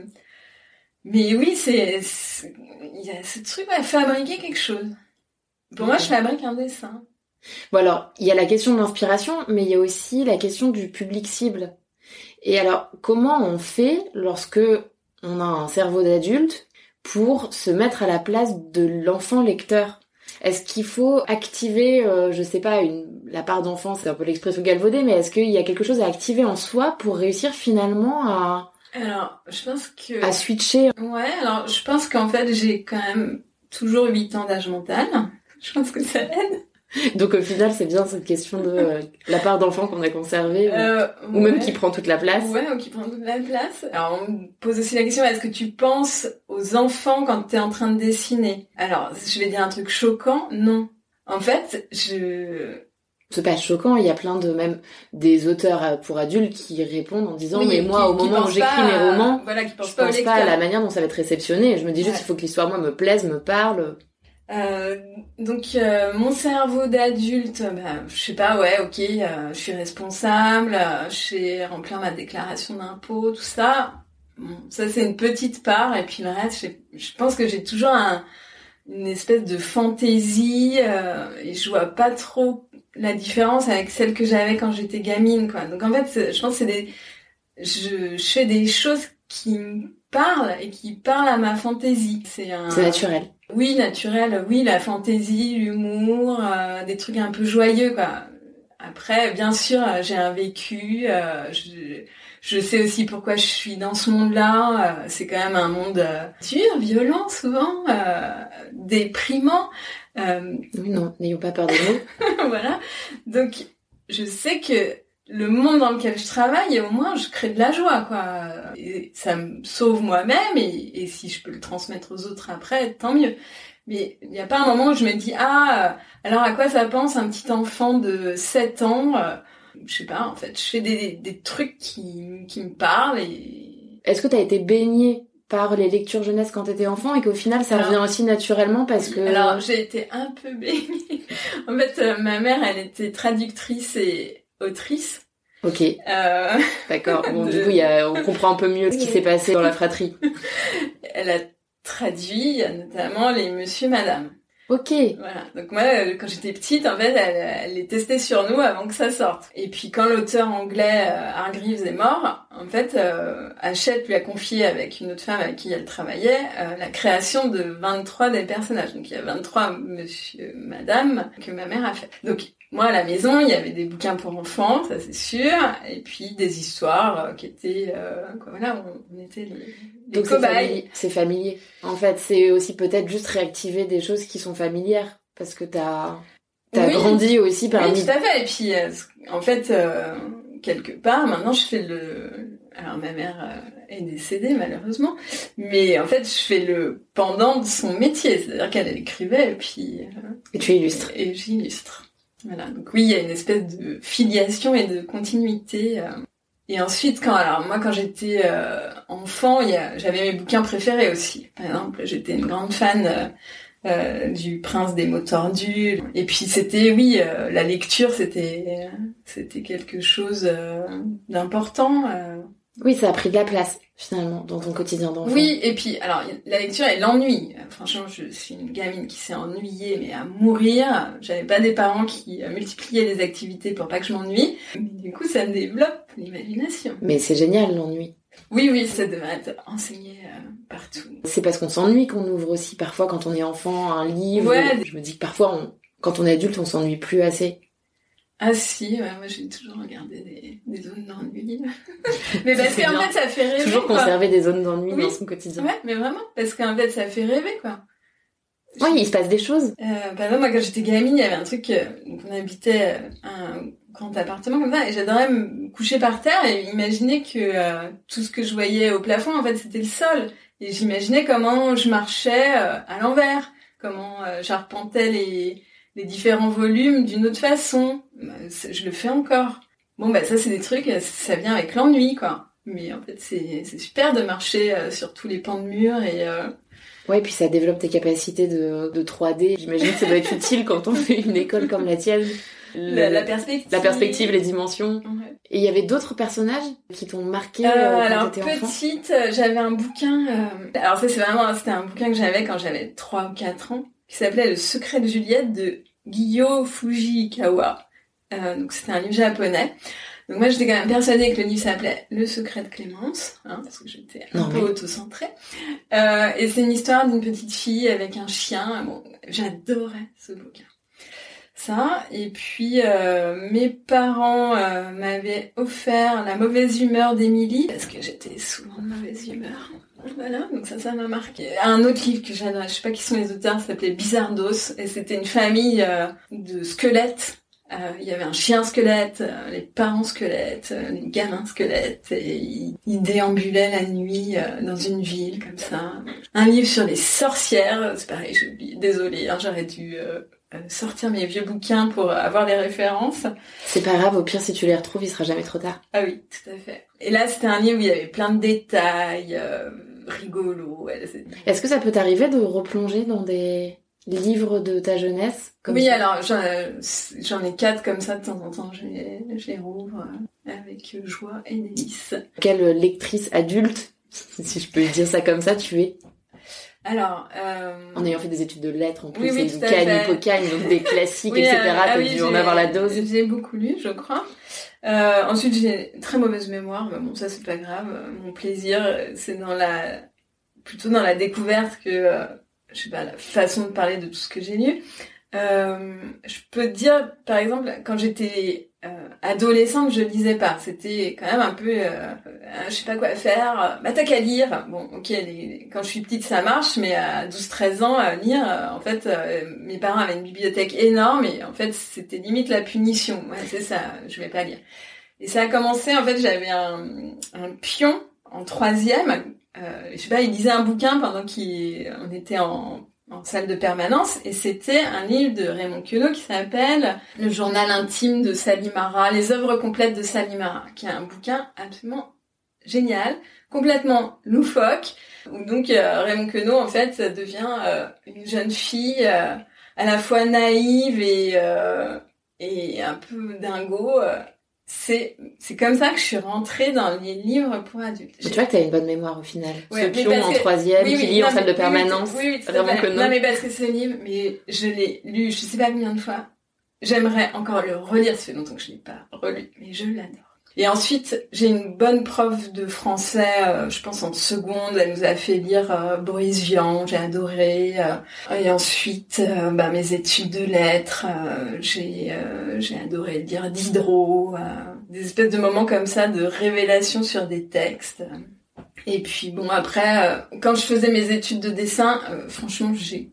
mais oui, c'est il y a ce truc à fabriquer quelque chose. Pour moi, je fabrique un dessin. Bon alors, il y a la question de l'inspiration, mais il y a aussi la question du public cible. Et alors, comment on fait lorsque on a un cerveau d'adulte pour se mettre à la place de l'enfant lecteur? Est-ce qu'il faut activer, euh, je sais pas, une, la part d'enfant, c'est un peu l'expression galvaudée, mais est-ce qu'il y a quelque chose à activer en soi pour réussir finalement à... Alors, je pense que... À switcher? Ouais, alors je pense qu'en fait, j'ai quand même toujours huit ans d'âge mental. Je pense que ça aide. Donc au final, c'est bien cette question de euh, la part d'enfant qu'on a conservée, euh, ou, ou ouais. même qui prend toute la place. Ouais, ou qui prend toute la place. Alors on me pose aussi la question, est-ce que tu penses aux enfants quand t'es en train de dessiner? Alors, je vais dire un truc choquant, non. En fait, je... C'est pas choquant, il y a plein de, même des auteurs pour adultes qui répondent en disant oui, mais moi qui, au moment où j'écris à... mes romans, voilà, qui pense je pas, pense pas à la manière dont ça va être réceptionné. Je me dis juste, ouais. Il faut que l'histoire moi me plaise, me parle. Euh, donc euh, mon cerveau d'adulte, bah, je sais pas, ouais, ok, euh, je suis responsable, euh, je sais remplir ma déclaration d'impôt, tout ça. Bon, ça c'est une petite part, et puis le reste, je, je pense que j'ai toujours un, une espèce de fantaisie, euh, et je vois pas trop la différence avec celle que j'avais quand j'étais gamine, quoi. Donc en fait, je pense que c'est des, je, je fais des choses qui me parlent et qui parlent à ma fantaisie. C'est un... C'est naturel. Oui, naturel, oui, la fantaisie, l'humour, euh, des trucs un peu joyeux, quoi. Après, bien sûr, j'ai un vécu, euh, je, je sais aussi pourquoi je suis dans ce monde-là. Euh, c'est quand même un monde euh, dur, violent souvent, euh, déprimant. Euh... Oui, non, n'ayons pas peur des mots. Voilà. Donc, je sais que le monde dans lequel je travaille, au moins, je crée de la joie, quoi. Et ça me sauve moi-même, et, et si je peux le transmettre aux autres après, tant mieux. Mais il n'y a pas un moment où je me dis, ah, alors à quoi ça pense un petit enfant de sept ans? Je sais pas, en fait, je fais des, des trucs qui, qui me parlent et... Est-ce que t'as été baignée par les lectures jeunesse quand t'étais enfant et qu'au final ça alors, revient aussi naturellement parce que... Alors, j'ai été un peu baignée. En fait, euh, ma mère, elle était traductrice et autrice. Ok. Euh... D'accord. Bon, de... du coup, y a, on comprend un peu mieux ce qui s'est passé dans la fratrie. Elle a traduit notamment les Monsieur Madame. Ok. Voilà. Donc moi, quand j'étais petite, en fait, elle, elle les testait sur nous avant que ça sorte. Et puis quand l'auteur anglais euh, Hargreaves est mort, en fait, euh, Hachette lui a confié avec une autre femme avec qui elle travaillait euh, la création de vingt-trois des personnages. Donc il y a vingt-trois Monsieur, Madame que ma mère a fait. Donc moi, à la maison, il y avait des bouquins pour enfants, ça c'est sûr, et puis des histoires euh, qui étaient, euh, quoi, voilà, on, on était les, les Donc cobayes. C'est familier. c'est familier. En fait, c'est aussi peut-être juste réactiver des choses qui sont familières, parce que t'as... T'as oui. grandi aussi parmi... Oui, tout à fait. Et puis, euh, en fait, euh, quelque part, maintenant, je fais le... Alors, ma mère euh, est décédée, malheureusement. Mais en fait, je fais le pendant de son métier. C'est-à-dire qu'elle elle écrivait et puis... Euh, et tu illustres. Et, et j'illustre. Voilà. Donc oui, il y a une espèce de filiation et de continuité. Euh. Et ensuite, quand... Alors, moi, quand j'étais euh, enfant, il y a, j'avais mes bouquins préférés aussi. Par exemple, j'étais une grande fan... Euh, Euh, du Prince des mots tordus. Et puis c'était, oui, euh, la lecture, c'était, c'était quelque chose euh, d'important. Euh. Oui, ça a pris de la place finalement dans ton quotidien d'enfant. Oui, et puis alors la lecture et l'ennui. Franchement, je suis une gamine qui s'est ennuyée, mais à mourir. J'avais pas des parents qui euh, multipliaient les activités pour pas que je m'ennuie. Mais du coup, ça me développe l'imagination. Mais c'est génial l'ennui. Oui, oui, ça devrait être enseigné euh, partout. C'est parce qu'on s'ennuie qu'on ouvre aussi parfois quand on est enfant un livre. Ouais. Je me dis que parfois, on, quand on est adulte, on s'ennuie plus assez. Ah si, ouais, moi j'ai toujours regardé des, des zones d'ennui. Mais parce qu'en fait ça fait rêver. Toujours quoi. Conserver des zones d'ennui oui. dans son quotidien. Ouais, mais vraiment, parce qu'en fait ça fait rêver quoi. Oui, il se passe des choses. Euh, par exemple, moi quand j'étais gamine, il y avait un truc, euh, donc on habitait un grand appartement comme ça, et j'adorais me coucher par terre et imaginer que euh, tout ce que je voyais au plafond, en fait c'était le sol. Et j'imaginais comment je marchais euh, à l'envers, comment euh, j'arpentais les... les différents volumes d'une autre façon. Je le fais encore. Bon, bah ça, c'est des trucs, ça vient avec l'ennui, quoi. Mais en fait, c'est, c'est super de marcher euh, sur tous les pans de mur et... Euh... Ouais, puis ça développe tes capacités de, de trois D. J'imagine que ça doit être utile quand on fait une école comme la tienne. Le, la, la perspective. La perspective, les dimensions. Ouais. Et il y avait d'autres personnages qui t'ont marqué euh, euh, quand alors, t'étais enfant? petite, j'avais un bouquin... Euh... Alors ça, c'est vraiment... C'était un bouquin que j'avais quand j'avais trois ou quatre ans, qui s'appelait Le secret de Juliette de Gyo Fujikawa. Euh, donc c'était un livre japonais. Donc moi j'étais quand même persuadée que le livre s'appelait Le secret de Clémence, hein, parce que j'étais un non, peu mais... auto-centrée. Euh, et c'est une histoire d'une petite fille avec un chien. Bon, j'adorais ce bouquin. Ça, et puis euh, mes parents euh, m'avaient offert La mauvaise humeur d'Émilie, parce que j'étais souvent de mauvaise humeur. Voilà, donc ça, ça m'a marqué. Un autre livre que j'adore, je sais pas qui sont les auteurs, ça s'appelait Bizardos, et c'était une famille euh, de squelettes. Euh, il y avait un chien squelette, euh, les parents squelettes, euh, les gamins squelettes, et ils, ils déambulaient la nuit euh, dans une ville comme ça. Un livre sur les sorcières, c'est pareil, j'ai oublié, désolée, hein, j'aurais dû euh, sortir mes vieux bouquins pour avoir les références. C'est pas grave, au pire si tu les retrouves, il sera jamais trop tard. Ah oui, tout à fait. Et là, c'était un livre où il y avait plein de détails, euh, rigolos. Ouais, c'est... Est-ce que ça peut t'arriver de replonger dans des livres de ta jeunesse comme Oui, ça? alors j'en, j'en ai quatre comme ça de temps en temps, je les, je les rouvre avec joie et délice. Quelle lectrice adulte, si je peux dire ça comme ça, tu es? Alors, euh... en ayant fait des études de lettres en plus, oui, oui, et Cagne, Hippocagne, donc des classiques, oui, et cetera. Euh, t'as ah oui, dû en avoir la dose. J'ai beaucoup lu, je crois. Euh, ensuite, j'ai très mauvaise mémoire, mais bon, ça c'est pas grave. Mon plaisir, c'est dans la, plutôt dans la découverte que, euh, je sais pas, la façon de parler de tout ce que j'ai lu. Euh, je peux te dire, par exemple, quand j'étais euh, adolescente, je lisais pas. C'était quand même un peu, euh, euh, je sais pas quoi faire. Bah t'as qu'à lire. Bon, ok, les, quand je suis petite, ça marche, mais à douze treize ans, à lire, euh, en fait, euh, mes parents avaient une bibliothèque énorme et en fait, c'était limite la punition. Ouais, c'est ça, je vais pas lire. Et ça a commencé, en fait, j'avais un, un pion en troisième. Euh, je sais pas, il lisait un bouquin pendant qu'on était en en salle de permanence, et c'était un livre de Raymond Queneau qui s'appelle Le journal intime de Salimara, les œuvres complètes de Salimara, qui est un bouquin absolument génial, complètement loufoque, où donc euh, Raymond Queneau en fait devient euh, une jeune fille euh, à la fois naïve et euh, et un peu dingo. Euh, C'est, c'est comme ça que je suis rentrée dans les livres pour adultes. Tu vois que t'as une bonne mémoire au final. Ouais, ce pion en que, troisième, oui, oui, qui lit non, en salle mais, de permanence. Oui, oui, oui, vraiment que non. Non, mais parce que ce livre, mais je l'ai lu, je sais pas combien de fois. J'aimerais encore le relire, ça fait longtemps que je l'ai pas relu, mais je l'adore. Et ensuite, j'ai une bonne prof de français, euh, je pense en seconde, elle nous a fait lire euh, Boris Vian, j'ai adoré. Euh, et ensuite, euh, bah, mes études de lettres, euh, j'ai euh, j'ai adoré lire Diderot, euh, des espèces de moments comme ça de révélation sur des textes. Et puis bon, après, euh, quand je faisais mes études de dessin, euh, franchement, j'ai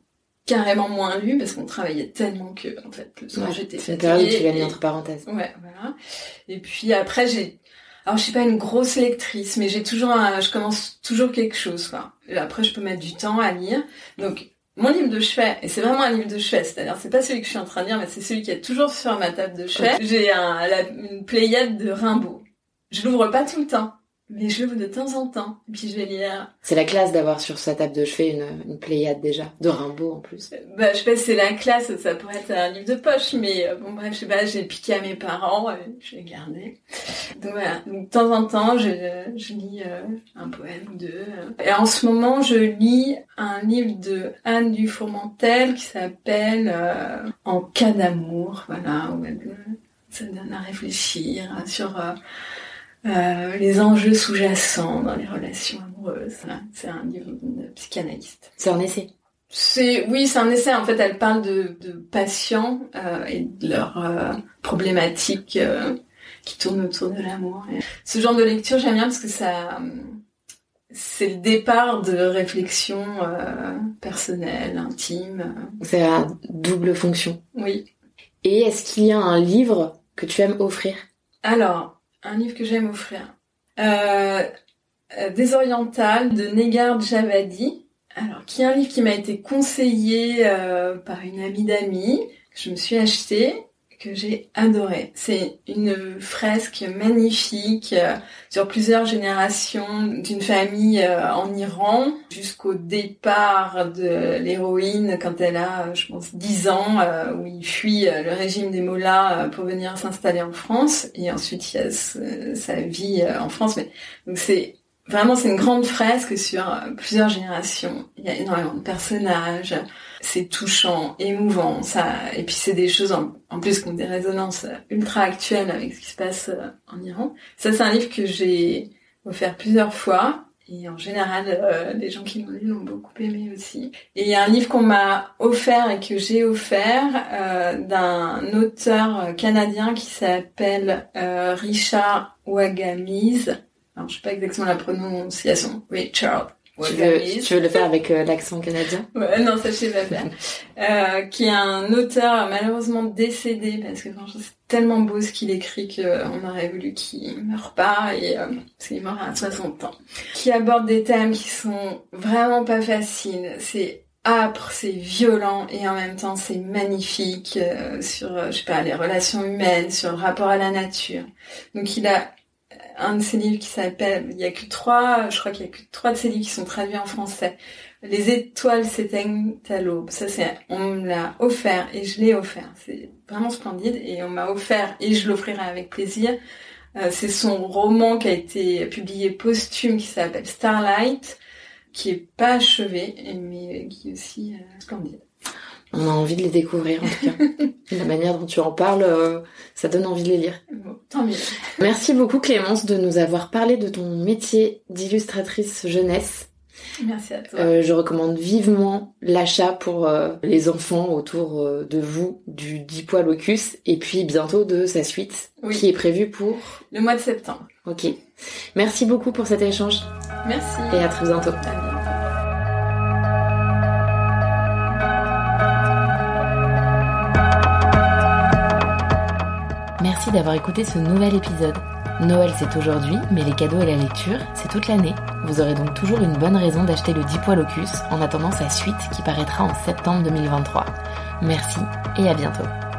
carrément moins lu parce qu'on travaillait tellement que, en fait, le soir ouais, j'étais c'est fatiguée. une période où tu l'as mis et... entre parenthèses. Ouais, voilà. Et puis après, j'ai, alors je suis pas une grosse lectrice, mais j'ai toujours, un... je commence toujours quelque chose, quoi. Et après, je peux mettre du temps à lire. Donc, mon livre de chevet, et c'est vraiment un livre de chevet, c'est-à-dire c'est pas celui que je suis en train de lire, mais c'est celui qui est toujours sur ma table de chevet. Okay. J'ai un, la, une Pléiade de Rimbaud. Je l'ouvre pas tout le temps. Mais je l'ouvre de temps en temps, et puis je vais lire... C'est la classe d'avoir sur sa table de chevet une, une Pléiade déjà, de Rimbaud en plus. Bah, je sais pas si c'est la classe, ça pourrait être un livre de poche, mais bon bref, je sais pas, j'ai piqué à mes parents, et je l'ai gardé. Donc voilà, donc de temps en temps, je, je lis euh, un poème ou deux. Et en ce moment, je lis un livre de Anne Dufourmentel qui s'appelle euh, En cas d'amour, voilà, où elle, ça donne à réfléchir sur... Euh, Euh, les enjeux sous-jacents dans les relations amoureuses. Voilà. C'est un livre d'une psychanalyste. C'est un essai. C'est oui, c'est un essai. En fait, elle parle de, de patients euh, et de leurs euh, problématiques euh, qui tournent autour de l'amour. Et ce genre de lecture, j'aime bien parce que ça, c'est le départ de réflexions euh, personnelles, intimes. C'est à double fonction. Oui. Et est-ce qu'il y a un livre que tu aimes offrir ? Alors. Un livre que j'aime offrir. Euh, Désorientale de Negar Djavadi. Alors, qui est un livre qui m'a été conseillé euh, par une amie d'amis, que je me suis acheté, que j'ai adoré. C'est une fresque magnifique euh, sur plusieurs générations d'une famille euh, en Iran jusqu'au départ de l'héroïne quand elle a, je pense, dix ans, euh, où il fuit euh, le régime des mollahs euh, pour venir s'installer en France. Et ensuite, il y a ce, sa vie euh, en France. Mais donc c'est vraiment, c'est une grande fresque sur euh, plusieurs générations. Il y a énormément de personnages. C'est touchant, émouvant, ça, et puis c'est des choses en, en plus qui ont des résonances ultra actuelles avec ce qui se passe en Iran. Ça, c'est un livre que j'ai offert plusieurs fois, et en général, euh, les gens qui l'ont lu l'ont beaucoup aimé aussi. Et il y a un livre qu'on m'a offert et que j'ai offert euh, d'un auteur canadien qui s'appelle euh, Richard Wagamese. Alors, je sais pas exactement la prononciation. Richard. Tu veux, tu veux le faire avec euh, l'accent canadien ? Ouais, non, ça je sais pas faire. Euh, qui est un auteur malheureusement décédé, parce que franchement c'est tellement beau ce qu'il écrit qu'on aurait voulu qu'il meure pas, et euh, parce qu'il est mort à soixante ans. Qui aborde des thèmes qui sont vraiment pas faciles. C'est âpre, c'est violent, et en même temps c'est magnifique euh, sur, euh, je sais pas, les relations humaines, sur le rapport à la nature. Donc il a un de ses livres qui s'appelle, il y a que trois, je crois qu'il y a que trois de ses livres qui sont traduits en français. Les étoiles s'éteignent à l'aube. Ça c'est, on me l'a offert et je l'ai offert. C'est vraiment splendide et on m'a offert et je l'offrirai avec plaisir. Euh, c'est son roman qui a été publié posthume qui s'appelle Starlight, qui est pas achevé mais qui est aussi euh, splendide. On a envie de les découvrir en tout cas. La manière dont tu en parles, euh, ça donne envie de les lire. Bon, tant mieux. Merci beaucoup Clémence de nous avoir parlé de ton métier d'illustratrice jeunesse. Merci à toi. Euh, je recommande vivement l'achat pour euh, les enfants autour euh, de vous du Diplodocus et puis bientôt de sa suite oui. qui est prévue pour... le mois de septembre. Ok. Merci beaucoup pour cet échange. Merci. Et à très bientôt. À bientôt. Merci d'avoir écouté ce nouvel épisode. Noël c'est aujourd'hui, mais les cadeaux et la lecture, c'est toute l'année. Vous aurez donc toujours une bonne raison d'acheter le Diplodocus en attendant sa suite qui paraîtra en septembre deux mille vingt-trois. Merci et à bientôt.